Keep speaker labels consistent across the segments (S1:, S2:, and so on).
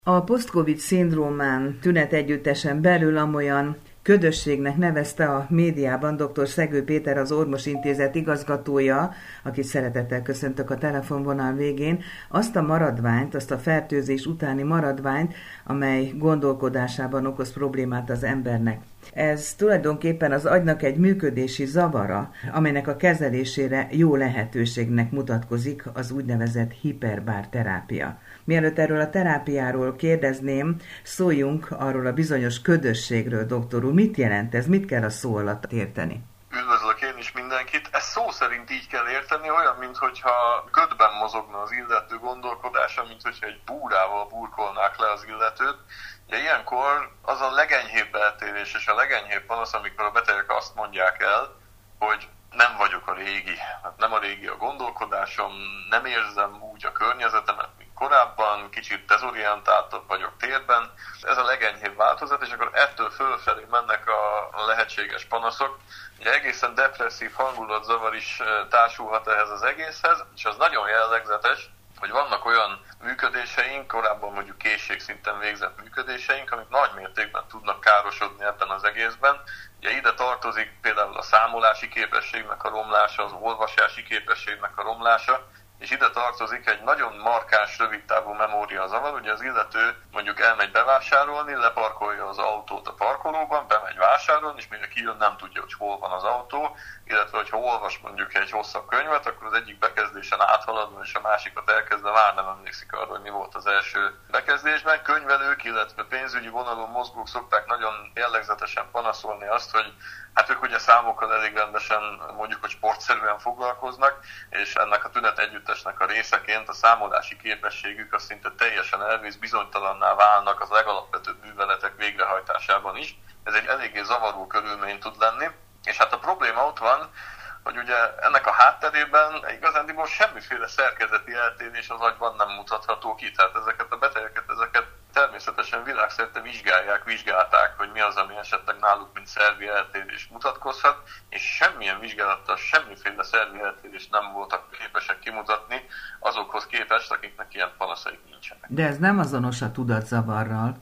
S1: A post-covid-szindrómán tünetegyüttesen belül amolyan ködösségnek nevezte a médiában dr. Szegő Péter, az Ormos Intézet igazgatója, akit szeretettel köszöntök a telefonvonal végén, azt a maradványt, azt a fertőzés utáni maradványt, amely gondolkodásában okoz problémát az embernek. Ez tulajdonképpen az agynak egy működési zavara, amelynek a kezelésére jó lehetőségnek mutatkozik az úgynevezett hiperbárterápia. Mielőtt erről a terápiáról kérdezném, szóljunk arról a bizonyos ködösségről, doktor úr. Mit jelent ez? Mit kell a szó alatt érteni?
S2: Üdvözlök én is mindenkit. Ezt szó szerint így kell érteni, olyan, mintha ködben mozogna az illető gondolkodása, mintha egy búrával burkolnák le az illetőt. Ugye ilyenkor az a legenyhébb eltérés és a legenyhébb panasz, amikor a betegek azt mondják el, hogy nem vagyok a régi, nem a régi a gondolkodásom, nem érzem úgy a környezetemet, mint korábban, kicsit dezorientáltabb vagyok térben. Ez a legenyhébb változat, és akkor ettől fölfelé mennek a lehetséges panaszok. Ugye egészen depresszív hangulatzavar is társulhat ehhez az egészhez, és az nagyon jellegzetes, hogy vannak olyan működéseink, korábban mondjuk készségszinten végzett működéseink, amik nagy mértékben tudnak károsodni ebben az egészben. Ugye ide tartozik például a számolási képességnek a romlása, az olvasási képességnek a romlása, és ide tartozik egy nagyon markáns, rövidtávú memóriazavar. Ugye az illető mondjuk elmegy bevásárolni, leparkolja az autót a parkolóban, bemegy vásárolni, és mire kijön, nem tudja, hogy hol van az autó, illetve hogyha olvas mondjuk egy hosszabb könyvet, akkor az egyik bekezdésen áthaladva, és a másikat elkezdve már nem emlékszik arra, hogy mi volt az első bekezdésben. Könyvelők, illetve pénzügyi vonalon mozgók szokták nagyon jellegzetesen panaszolni azt, hogy hát ők ugye számokkal elég rendesen, mondjuk, hogy sportszerűen foglalkoznak, és ennek a tünetegyüttesnek a részeként a számolási képességük az szinte teljesen elvész, bizonytalanná válnak az legalapvetőbb műveletek végrehajtásában is. Ez egy eléggé zavaró körülmény tud lenni, és hát a probléma ott van, hogy ugye ennek a hátterében igazándiból semmiféle szerkezeti eltérés az agyban nem mutatható ki. Tehát ezeket a betegeket, természetesen világszerte vizsgálták, hogy mi az, ami esetleg náluk mint szervi eltérés mutatkozhat, és semmilyen vizsgálattal semmiféle szervi eltérést nem voltak képesek kimutatni azokhoz képest, akiknek ilyen panaszaik nincsenek.
S1: De ez nem azonos a tudatzavarral.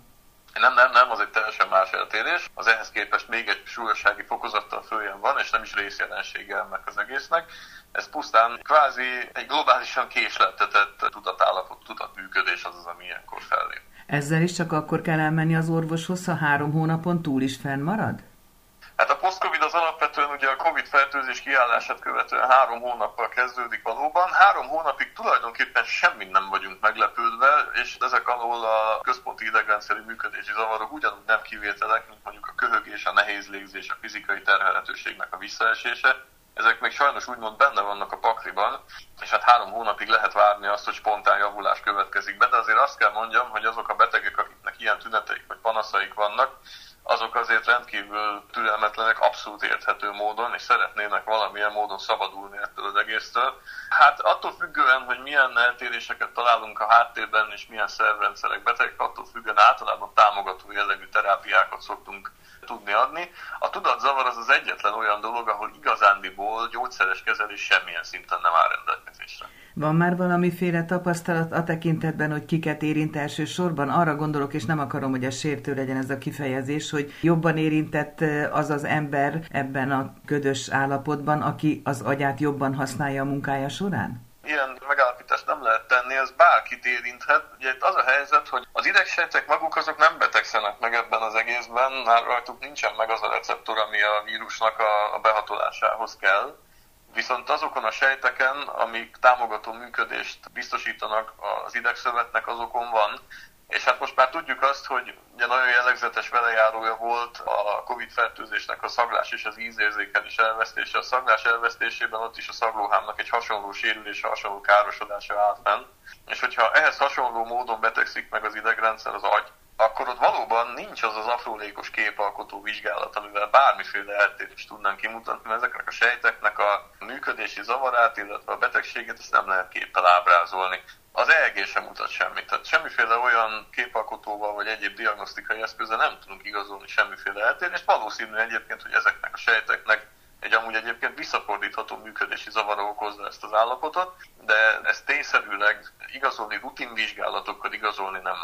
S2: Nem, az egy teljesen más eltérés. Az ehhez képest még egy súlyossági fokozattal följön van, és nem is részjelensége ennek az egésznek. Ez pusztán kvázi egy globálisan késleltetett tudatállapot, tudatműködés az, ami ilyenkor fellép.
S1: Ezzel is csak akkor kell elmenni az orvoshoz, ha 3 hónapon túl is fennmarad?
S2: Hát a post-covid az alapvetően ugye a Covid fertőzés kiállását követően 3 hónappal kezdődik valóban. 3 hónapig tulajdonképpen semmit nem vagyunk meglepődve, és ezek alól a központi idegrendszeri működési zavarok ugyanúgy nem kivételek, mint mondjuk a köhögés, a nehéz légzés, a fizikai terhelhetőségnek a visszaesése. Ezek még sajnos úgymond benne vannak a pakliban, és hát 3 hónapig lehet várni azt, hogy spontán javulás következik be, de azért azt kell mondjam, hogy azok a betegek, akiknek ilyen tüneteik vagy panaszaik vannak, azok azért rendkívül türelmetlenek, abszolút érthető módon, és szeretnének valamilyen módon szabadulni ettől az egésztől. Hát attól függően, hogy milyen eltéréseket találunk a háttérben, és milyen szervrendszerek betegek, attól függően általában támogató jellegű terápiákat szoktunk tudni adni. A tudatzavar az egyetlen olyan dolog, ahol igazándiból gyógyszeres kezelés semmilyen szinten nem áll rendelkezésre.
S1: Van már valamiféle tapasztalat a tekintetben, hogy kiket érint elsősorban? Arra gondolok, és nem akarom, hogy a sértő legyen ez a kifejezés, hogy jobban érintett az az ember ebben a ködös állapotban, aki az agyát jobban használja a munkája során?
S2: Ilyen megállapítást nem lehet tenni, ez bárkit érinthet. Ugye itt az a helyzet, hogy az idegsejtek maguk azok nem betegszenek meg ebben az egészben, már rajtuk nincsen meg az a receptor, ami a vírusnak a behatolásához kell. Viszont azokon a sejteken, amik támogató működést biztosítanak az idegszövetnek, azokon van. És hát most már tudjuk azt, hogy ugye nagyon jellegzetes velejárója volt a Covid-fertőzésnek a szaglás és az ízérzékelés elvesztése. A szaglás elvesztésében ott is a szaglóhámnak egy hasonló sérülése, hasonló károsodása állt fenn. És hogyha ehhez hasonló módon betegszik meg az idegrendszer, az agy, akkor ott valóban nincs az az aprólékos képalkotó vizsgálat, amivel bármiféle eltérést tudnánk kimutatni, mert ezeknek a sejteknek a működési zavarát, illetve a betegséget ezt nem lehet képpel ábrázolni. Az EEG sem mutat semmit, tehát semmiféle olyan képalkotóval vagy egyéb diagnosztikai eszközzel nem tudunk igazolni semmiféle eltérést. Valószínű egyébként, hogy ezeknek a sejteknek egy amúgy egyébként visszafordítható működési zavara okozza ezt az állapotot, de ezt tényszerűleg igazolni, rutinvizsgálatokkal igazolni nem lehet.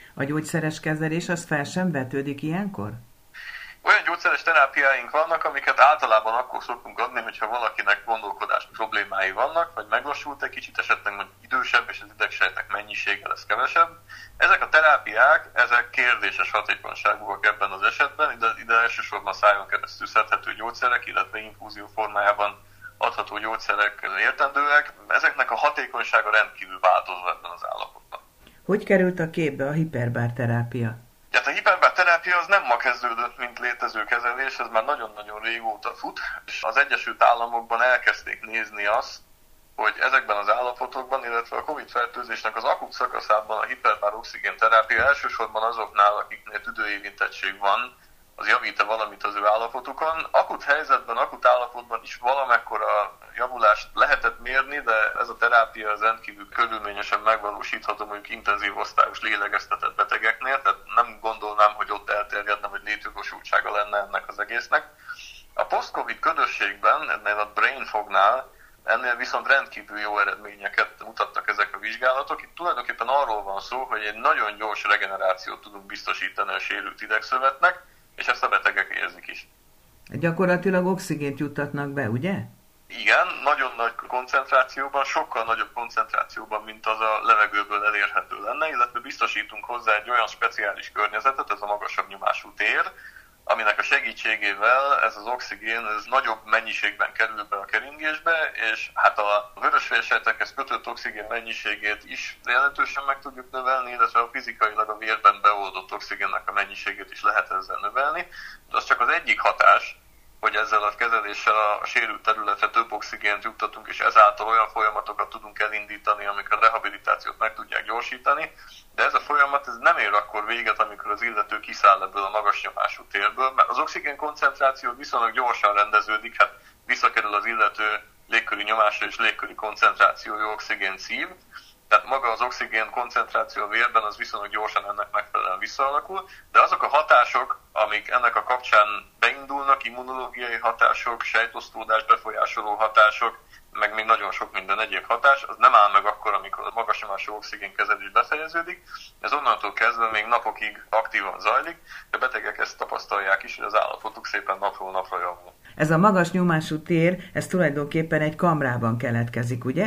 S1: A gyógyszeres kezelés az fel sem vetődik ilyenkor?
S2: Olyan gyógyszeres terápiáink vannak, amiket általában akkor szoktunk adni, hogyha valakinek gondolkodás problémái vannak, vagy meglassult egy kicsit, esetleg mondjuk idősebb, és az idegsejtek mennyisége lesz kevesebb. Ezek a terápiák, ezek kérdéses hatékonyságúak ebben az esetben, ide elsősorban szájon keresztül szedhető gyógyszerek, illetve infúzió formájában adható gyógyszerek értendőek. Ezeknek a hatékonysága rendkívül változó ebben az állapotban.
S1: Hogy került a képbe a hiperbárterápia?
S2: Hát a hiperbárterápia az nem ma kezdődött, mint létező kezelés, ez már nagyon-nagyon régóta fut, és az Egyesült Államokban elkezdték nézni azt, hogy ezekben az állapotokban, illetve a Covid-fertőzésnek az akut szakaszában a hiperbár oxigénterápia elsősorban azoknál, akiknél tüdőérintettség van, az javít-e valamit az ő állapotukon. Akut helyzetben, akut állapotban is valamekkora javulást lehetett mérni, de ez a terápia az rendkívül körülményesen megvalósítható mondjuk intenzív osztályos lélegeztetett betegeknél, tehát nem gondolnám, hogy ott elterjedne, vagy létjogosultsága lenne ennek az egésznek. A post-covid ködösségben, ennél a brain fognál, ennél viszont rendkívül jó eredményeket mutattak ezek a vizsgálatok. Itt tulajdonképpen arról van szó, hogy egy nagyon gyors regenerációt tudunk biztosítani a sérült idegszövetnek, és ezt a betegek érzik is.
S1: Gyakorlatilag oxigént juttatnak be, ugye?
S2: Igen, nagyon nagy koncentrációban, sokkal nagyobb koncentrációban, mint az a levegőből elérhető lenne, illetve biztosítunk hozzá egy olyan speciális környezetet, ez a magasabb nyomású tér, aminek a segítségével ez az oxigén ez nagyobb mennyiségben kerül be a keringésbe, és hát a vörösvérsejtekhez kötött oxigén mennyiségét is jelentősen meg tudjuk növelni, illetve a fizikailag a vérben beoldott oxigénnek a mennyiségét is lehet ezzel növelni. De az csak az egyik hatás, hogy ezzel a kezeléssel a sérült területre több oxigént juttatunk, és ezáltal olyan folyamatokat tudunk elindítani, amik a rehabilitációt meg tudják gyorsítani, de ez a folyamat ez nem ér akkor véget, amikor az illető kiszáll ebből a magas nyomású térből, mert az oxigén koncentráció viszonylag gyorsan rendeződik, hát visszakerül az illető légköri nyomásra és légköri koncentrációjú oxigén szív, tehát maga az oxigén koncentráció a vérben az viszonylag gyorsan ennek megfelelően visszaalakul, de azok a hatások, amik ennek a kapcsán beindulnak, immunológiai hatások, sejtosztódás befolyásoló hatások, meg még nagyon sok minden egyéb hatás, az nem áll meg akkor, amikor a magas nyomású oxigénkezelés befejeződik. Ez onnantól kezdve még napokig aktívan zajlik, de betegek ezt tapasztalják is, hogy az állapotuk szépen napról napra javul.
S1: Ez a magas nyomású tér, ez tulajdonképpen egy kamrában keletkezik, ugye?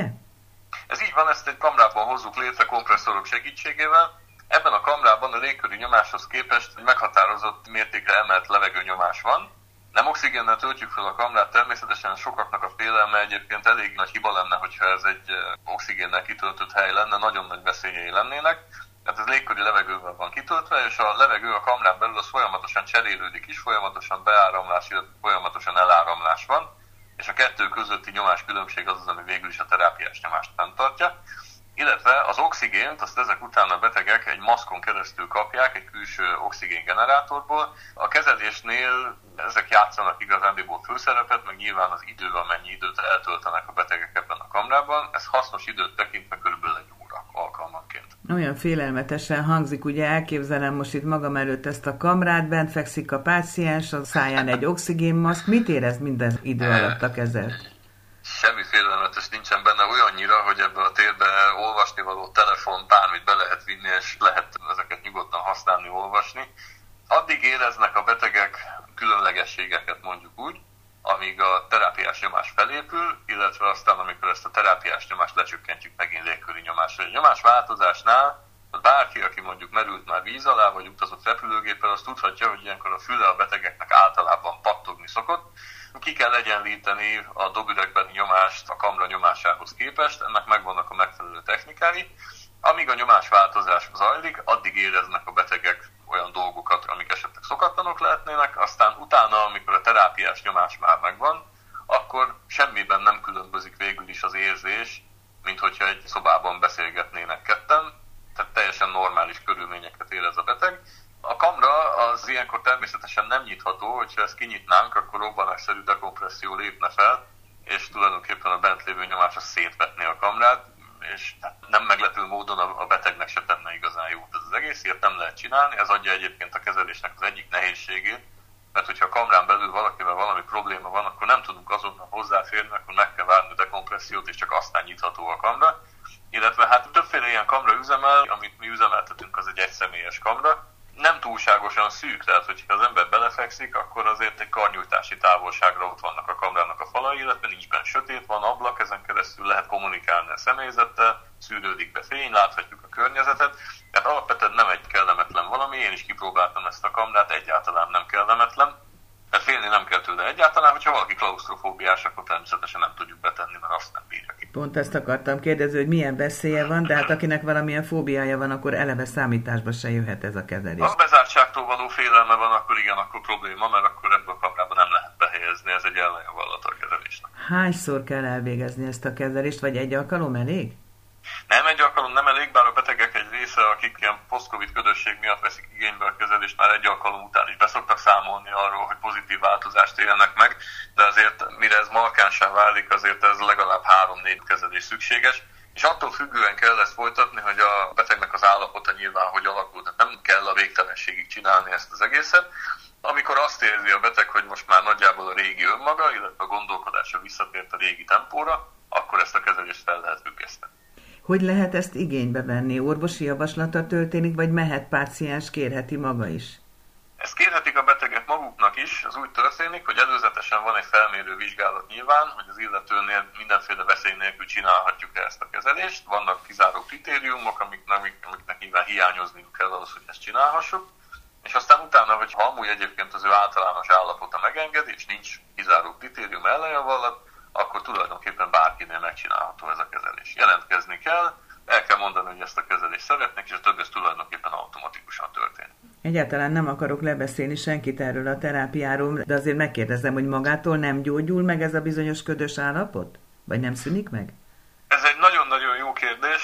S2: Ez így van, ezt egy kamrában hozzuk létre kompresszorok segítségével. Ebben a kamrában a légköri nyomáshoz képest egy meghatározott mértékre emelt levegőnyomás van. Nem oxigénnel töltjük fel a kamrát, természetesen sokaknak a félelme egyébként elég nagy hiba lenne, hogyha ez egy oxigénnel kitöltött hely lenne, nagyon nagy veszélyei lennének. Tehát ez légköri levegővel van kitöltve, és a levegő a kamrán belül az folyamatosan cserélődik is, folyamatosan beáramlás, illetve folyamatosan eláramlás van, és a kettő közötti nyomás-különbség az, ami végül is a terápiás nyomást fenntartja. Illetve az oxigént, azt ezek után a betegek egy maszkon keresztül kapják, egy külső oxigéngenerátorból. A kezelésnél ezek játszanak igazándiból főszerepet, meg nyilván az idő, amennyi időt eltöltenek a betegek ebben a kamrában. Ez hasznos időt tekintve körülbelül egy óra alkalmanként.
S1: Olyan félelmetesen hangzik, ugye elképzelem most itt magam előtt ezt a kamrát, bent fekszik a páciens, a száján egy oxigénmaszk. Mit érez minden idő alatt a kezel?
S2: Semmi félelmetes nincsen benne, olyannyira, hogy ebből a térbe olvasnivaló telefon, bármit be lehet vinni, és lehet ezeket nyugodtan használni, olvasni. Addig éreznek a betegek különlegességeket, mondjuk úgy, amíg a terápiás nyomás felépül, illetve aztán, amikor ezt a terápiás nyomást lecsökkentjük megint légköri nyomásra. A nyomásváltozásnál bárki, aki mondjuk merült már víz alá, vagy utazott repülőgéppel, az tudhatja, hogy ilyenkor a füle a betegeknek általában pattogni szokott. Ki kell egyenlíteni a dobüregbeni nyomást a kamra nyomásához képest, ennek megvannak a megfelelő technikái. Amíg a nyomásváltozás zajlik, addig éreznek a betegek olyan dolgokat, amik esetleg szokatlanok lehetnének, aztán utána, amikor a terápiás nyomás már megvan, akkor semmiben nem különbözik végül is az érzés, mint hogyha egy szobában beszélgetnének ketten, tehát teljesen normális körülményeket érez a beteg. A kamra az ilyenkor természetesen nem nyitható, hogyha ezt kinyitnánk, akkor robbanásszerű dekompresszió lépne fel, és tulajdonképpen a bent lévő nyomás az szétvetné a kamrát, és nem meglepő módon a betegnek se tenne igazán jót ez az egész, ilyet nem lehet csinálni, ez adja egyébként a kezelésnek az egyik nehézségét, mert hogyha a kamrán belül valakivel valami probléma van, akkor nem tudunk azonnal hozzáférni, akkor meg kell várni a dekompressziót, és csak aztán nyitható a kamra. illetve hát többféle ilyen kamra üzemel, amit mi üzemeltetünk, az egy egyszemélyes kamra. Nem túlságosan szűk, tehát hogyha az ember belefekszik, akkor azért egy karnyújtási távolságra ott vannak a kamrának a falai, illetve nincs benne sötét, van ablak, ezen keresztül lehet kommunikálni a személyzettel, szűrődik be fény, láthatjuk a környezetet. Tehát alapvetően nem egy kellemetlen valami, én is kipróbáltam ezt a kamrát, egyáltalán nem kellemetlen. Tehát félni nem kell tőle egyáltalán, hogyha valaki klausztrofóbiás, akkor természetesen nem tudjuk betenni, mert azt nem bírja ki.
S1: Pont ezt akartam kérdezni, hogy milyen veszélye van, de hát akinek valamilyen fóbiája van, akkor eleve számításba se jöhet ez a kezelés.
S2: Ha bezártságtól való félelme van, akkor igen, akkor probléma, mert akkor ebből a kamrában nem lehet behelyezni, ez egy ellenjavallata a kezelésnek.
S1: Hányszor kell elvégezni ezt a kezelést, vagy egy alkalom elég?
S2: Nem, egy alkalom nem elég, bár a betegek egy része, akik ilyen post-covid ködösség miatt veszik igénybe a kezelést, már egy alkalom után is beszoktak számolni arról, hogy pozitív változást élnek meg, de azért mire ez markánsá válik, azért ez legalább 3-4 kezelés szükséges, és attól függően kell ezt folytatni, hogy a betegnek az állapota nyilván hogy alakul, de nem kell a végtelenségig csinálni ezt az egészet. Amikor azt érzi a beteg, hogy most már nagyjából a régi önmaga, illetve a gondolkodása visszatért a régi tempóra, akkor ezt a kezelést fel lehet függeszteni.
S1: Hogy lehet ezt igénybe venni? Orvosi javaslata történik, vagy mehet páciens, kérheti maga is?
S2: Ezt kérhetik a betegek maguknak is, az úgy történik, hogy előzetesen van egy felmérő vizsgálat nyilván, hogy az illetőnél mindenféle veszély nélkül csinálhatjuk ezt a kezelést. Vannak kizáró kritériumok, amiknek nyilván hiányozniuk kell ahhoz, hogy ezt csinálhassuk. És aztán utána, hogyha amúgy egyébként az ő általános állapota megengedi, és nincs kizáró kritérium ellenjavallat, akkor tulajdonképpen bárkinél megcsinálható ez a kezelés. Jelentkezni kell, el kell mondani, hogy ezt a kezelést szeretnék, és a többi tulajdonképpen automatikusan történik.
S1: Egyáltalán nem akarok lebeszélni senkit erről a terápiáról, de azért megkérdezem, hogy magától nem gyógyul meg ez a bizonyos ködös állapot? Vagy nem szűnik meg?
S2: Ez egy nagyon-nagyon jó kérdés.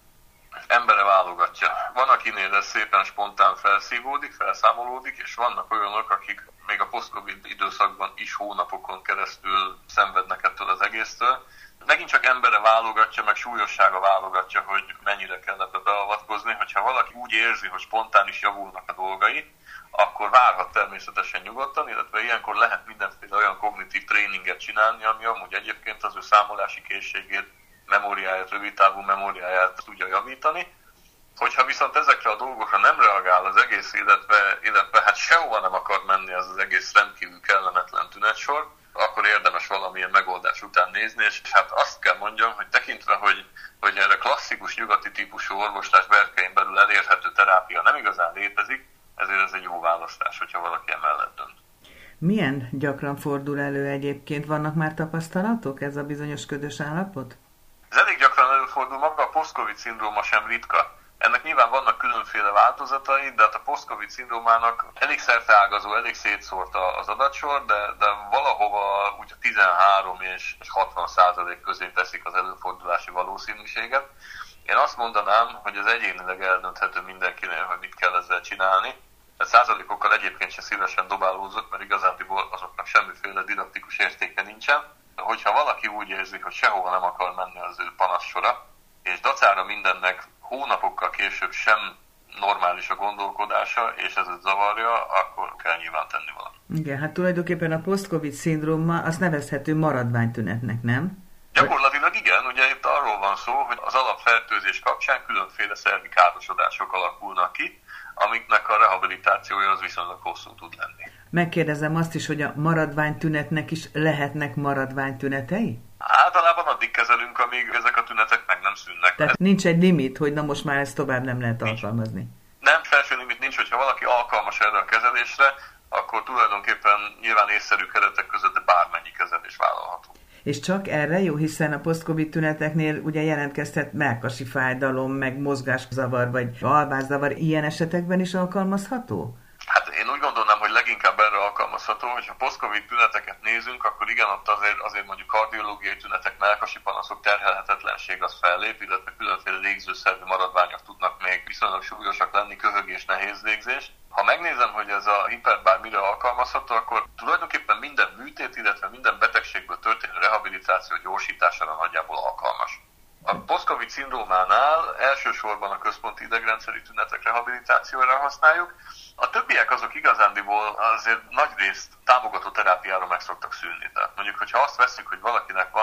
S2: Embere válogatja. Van, akinél ez szépen spontán felszívódik, felszámolódik, és vannak olyanok, akik még a post-covid időszakban is hónapokon keresztül szenvednek ettől az egésztől. Megint csak embere válogatja, meg súlyossága válogatja, hogy mennyire kell ebbe beavatkozni. Hogyha valaki úgy érzi, hogy spontán is javulnak a dolgai, akkor várhat természetesen nyugodtan, illetve ilyenkor lehet mindenféle olyan kognitív tréninget csinálni, ami amúgy egyébként az ő számolási készségét, memóriáját, rövidtávú memóriáját tudja javítani. Hogyha viszont ezekre a dolgokra nem reagál az egész, illetve hát sehova nem akar menni az egész rendkívül kellemetlen tünetsor, akkor érdemes valamilyen megoldás után nézni, és hát azt kell mondjam, hogy tekintve, hogy erre klasszikus nyugati típusú orvoslás berkein belül elérhető terápia nem igazán létezik, ezért ez egy jó választás, hogyha valaki emellett dönt.
S1: Milyen gyakran fordul elő egyébként? Vannak már tapasztalatok ez a bizonyos ködös állapot?
S2: Ez elég gyakran előfordul, maga a post-covid szindróma sem ritka. Ennek nyilván vannak különféle változatai, de hát a post-covid szindrómának elég szerteágazó, elég szétszórt az adatsor, de valahova úgy a 13 és 60% közé teszik az előfordulási valószínűséget. Én azt mondanám, hogy ez egyénileg eldönthető mindenkinél, hogy mit kell ezzel csinálni. A százalékokkal egyébként se szívesen dobálózok, mert igazándiból azoknak semmiféle didaktikus értéke nincsen. Hogyha valaki úgy érzi, hogy sehova nem akar menni az ő panasszora, és dacára mindennek hónapokkal később sem normális a gondolkodása, és ez zavarja, akkor kell nyilván tenni valamit.
S1: Igen, hát tulajdonképpen a post-covid szindróma azt nevezhető maradványtünetnek, nem?
S2: Gyakorlatilag igen, ugye itt arról van szó, hogy az alapfertőzés kapcsán különféle szervi károsodások alakulnak ki, amiknek a rehabilitációja az viszonylag hosszú tud lenni.
S1: Megkérdezem azt is, hogy a maradványtünetnek is lehetnek maradványtünetei?
S2: Általában addig kezelünk, amíg ezek a tünetek meg nem szűnnek.
S1: Tehát nincs egy limit, hogy na most már ezt tovább nem lehet alkalmazni?
S2: Nem, felső limit nincs, hogyha valaki alkalmas erre a kezelésre, akkor tulajdonképpen nyilván észszerű keretek között de bármennyi kezelés vállalható.
S1: És csak erre jó, hiszen a post-covid tüneteknél ugye jelentkezhet mellkasi fájdalom, meg mozgászavar, vagy alvászavar, ilyen esetekben is alkalmazható?
S2: Hát én úgy gondolnám, hogy leginkább erre alkalmazható, hogyha post-covid tüneteket nézünk, akkor igen, ott azért mondjuk kardiológiai tünetek, mellkasi panaszok, terhelhetetlenség az fellép, illetve különféle légzőszervi maradványok tudnak még viszonylag súlyosak lenni, köhögés, nehéz légzés. Ha megnézem, hogy ez a hiperbár mire alkalmazható, akkor tulajdonképpen minden műtét, illetve minden betegségből történő rehabilitáció gyorsítására nagyjából alkalmas. A post-covid szindrómánál elsősorban a központi idegrendszeri tünetek rehabilitációra használjuk. A többiek azok igazándiból azért nagyrészt támogató terápiára meg szoktak szűnni. Tehát mondjuk, hogyha azt veszük, hogy valakinek van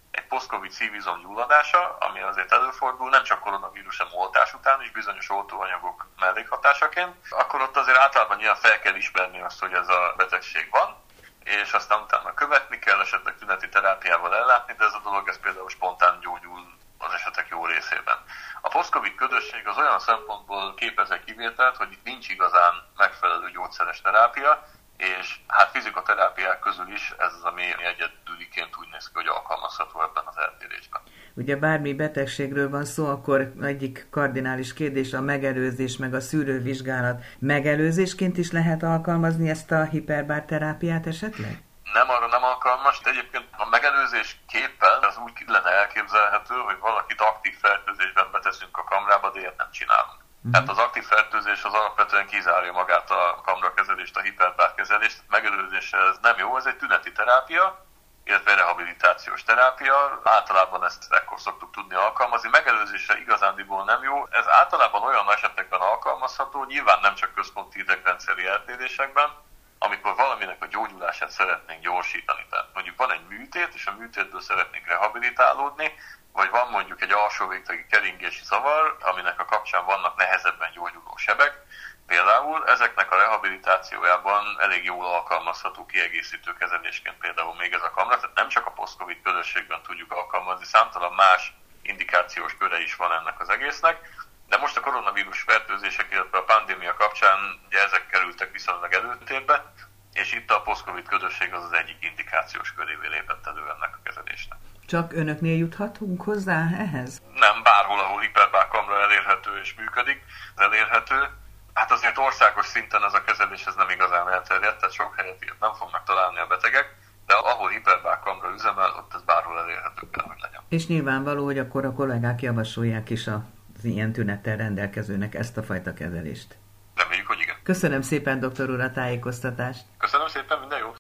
S2: egy post-covid szívizom gyulladása, ami azért előfordul, nem csak koronavírus, hanem oltás után is bizonyos oltóanyagok mellékhatásaként, akkor ott azért általában nyilván fel kell ismerni azt, hogy ez a betegség van, és aztán utána követni kell, esetleg tüneti terápiával ellátni, de ez a dolog ez például spontán gyógyul az esetek jó részében. A post-covid ködösség az olyan szempontból képez egy kivételt, hogy itt nincs igazán megfelelő gyógyszeres terápia, és hát fizikoterápiák közül is ez az, ami egyedüliként úgy néz ki, hogy alkalmazható ebben az eltérésben.
S1: Ugye bármi betegségről van szó, akkor egyik kardinális kérdés a megelőzés meg a szűrővizsgálat. Megelőzésként is lehet alkalmazni ezt a hiperbárterápiát esetleg?
S2: Nem, arra nem alkalmas, de egyébként a megelőzés képpen az úgy lenne elképzelhető, hogy valakit aktív fertőzésben beteszünk a kamrába, de ilyet nem csinálunk. Tehát az aktív fertőzés az alapvetően kizárja magát a kamrakezelést, a hiperbárkezelést. Megelőzésre ez nem jó, ez egy tüneti terápia, illetve rehabilitációs terápia. Általában ezt ekkor szoktuk tudni alkalmazni. Megelőzésre igazándiból nem jó. Ez általában olyan esetekben alkalmazható, nyilván nem csak központi idegrendszeri eltérésekben, amikor valaminek a gyógyulását szeretnénk gyorsítani. Tehát mondjuk van egy műtét, és a műtétből szeretnénk rehabilitálódni, vagy van mondjuk egy alsó végtagi keringési zavar, aminek a kapcsán vannak nehezebben gyógyuló sebek. Például ezeknek a rehabilitációjában elég jól alkalmazható kiegészítő kezelésként például még ez a kamra, tehát nem csak a post-covid közösségben tudjuk alkalmazni, számtalan más indikációs köre is van ennek az egésznek, de most a koronavírus fertőzések, illetve a pandémia kapcsán ugye ezek kerültek viszonylag előtérbe, és itt a post-covid közösség az egyik indikációs körévé lépett elő ennek a kezelésnek.
S1: Csak önöknél juthatunk hozzá ehhez?
S2: Nem, bárhol, ahol hiperbárkamra elérhető és működik, elérhető. Hát azért országos szinten ez a kezelés ez nem igazán elterjedt, tehát sok helyet ilyet nem fognak találni a betegek, de ahol hiperbárkamra üzemel, ott ez bárhol elérhető kell, hogy legyen.
S1: És nyilvánvaló, hogy akkor a kollégák javasolják is az ilyen tünettel rendelkezőnek ezt a fajta kezelést.
S2: Reméljük, hogy igen.
S1: Köszönöm szépen, doktor úr, a tájékoztatást.
S2: Köszönöm szépen, minden jó.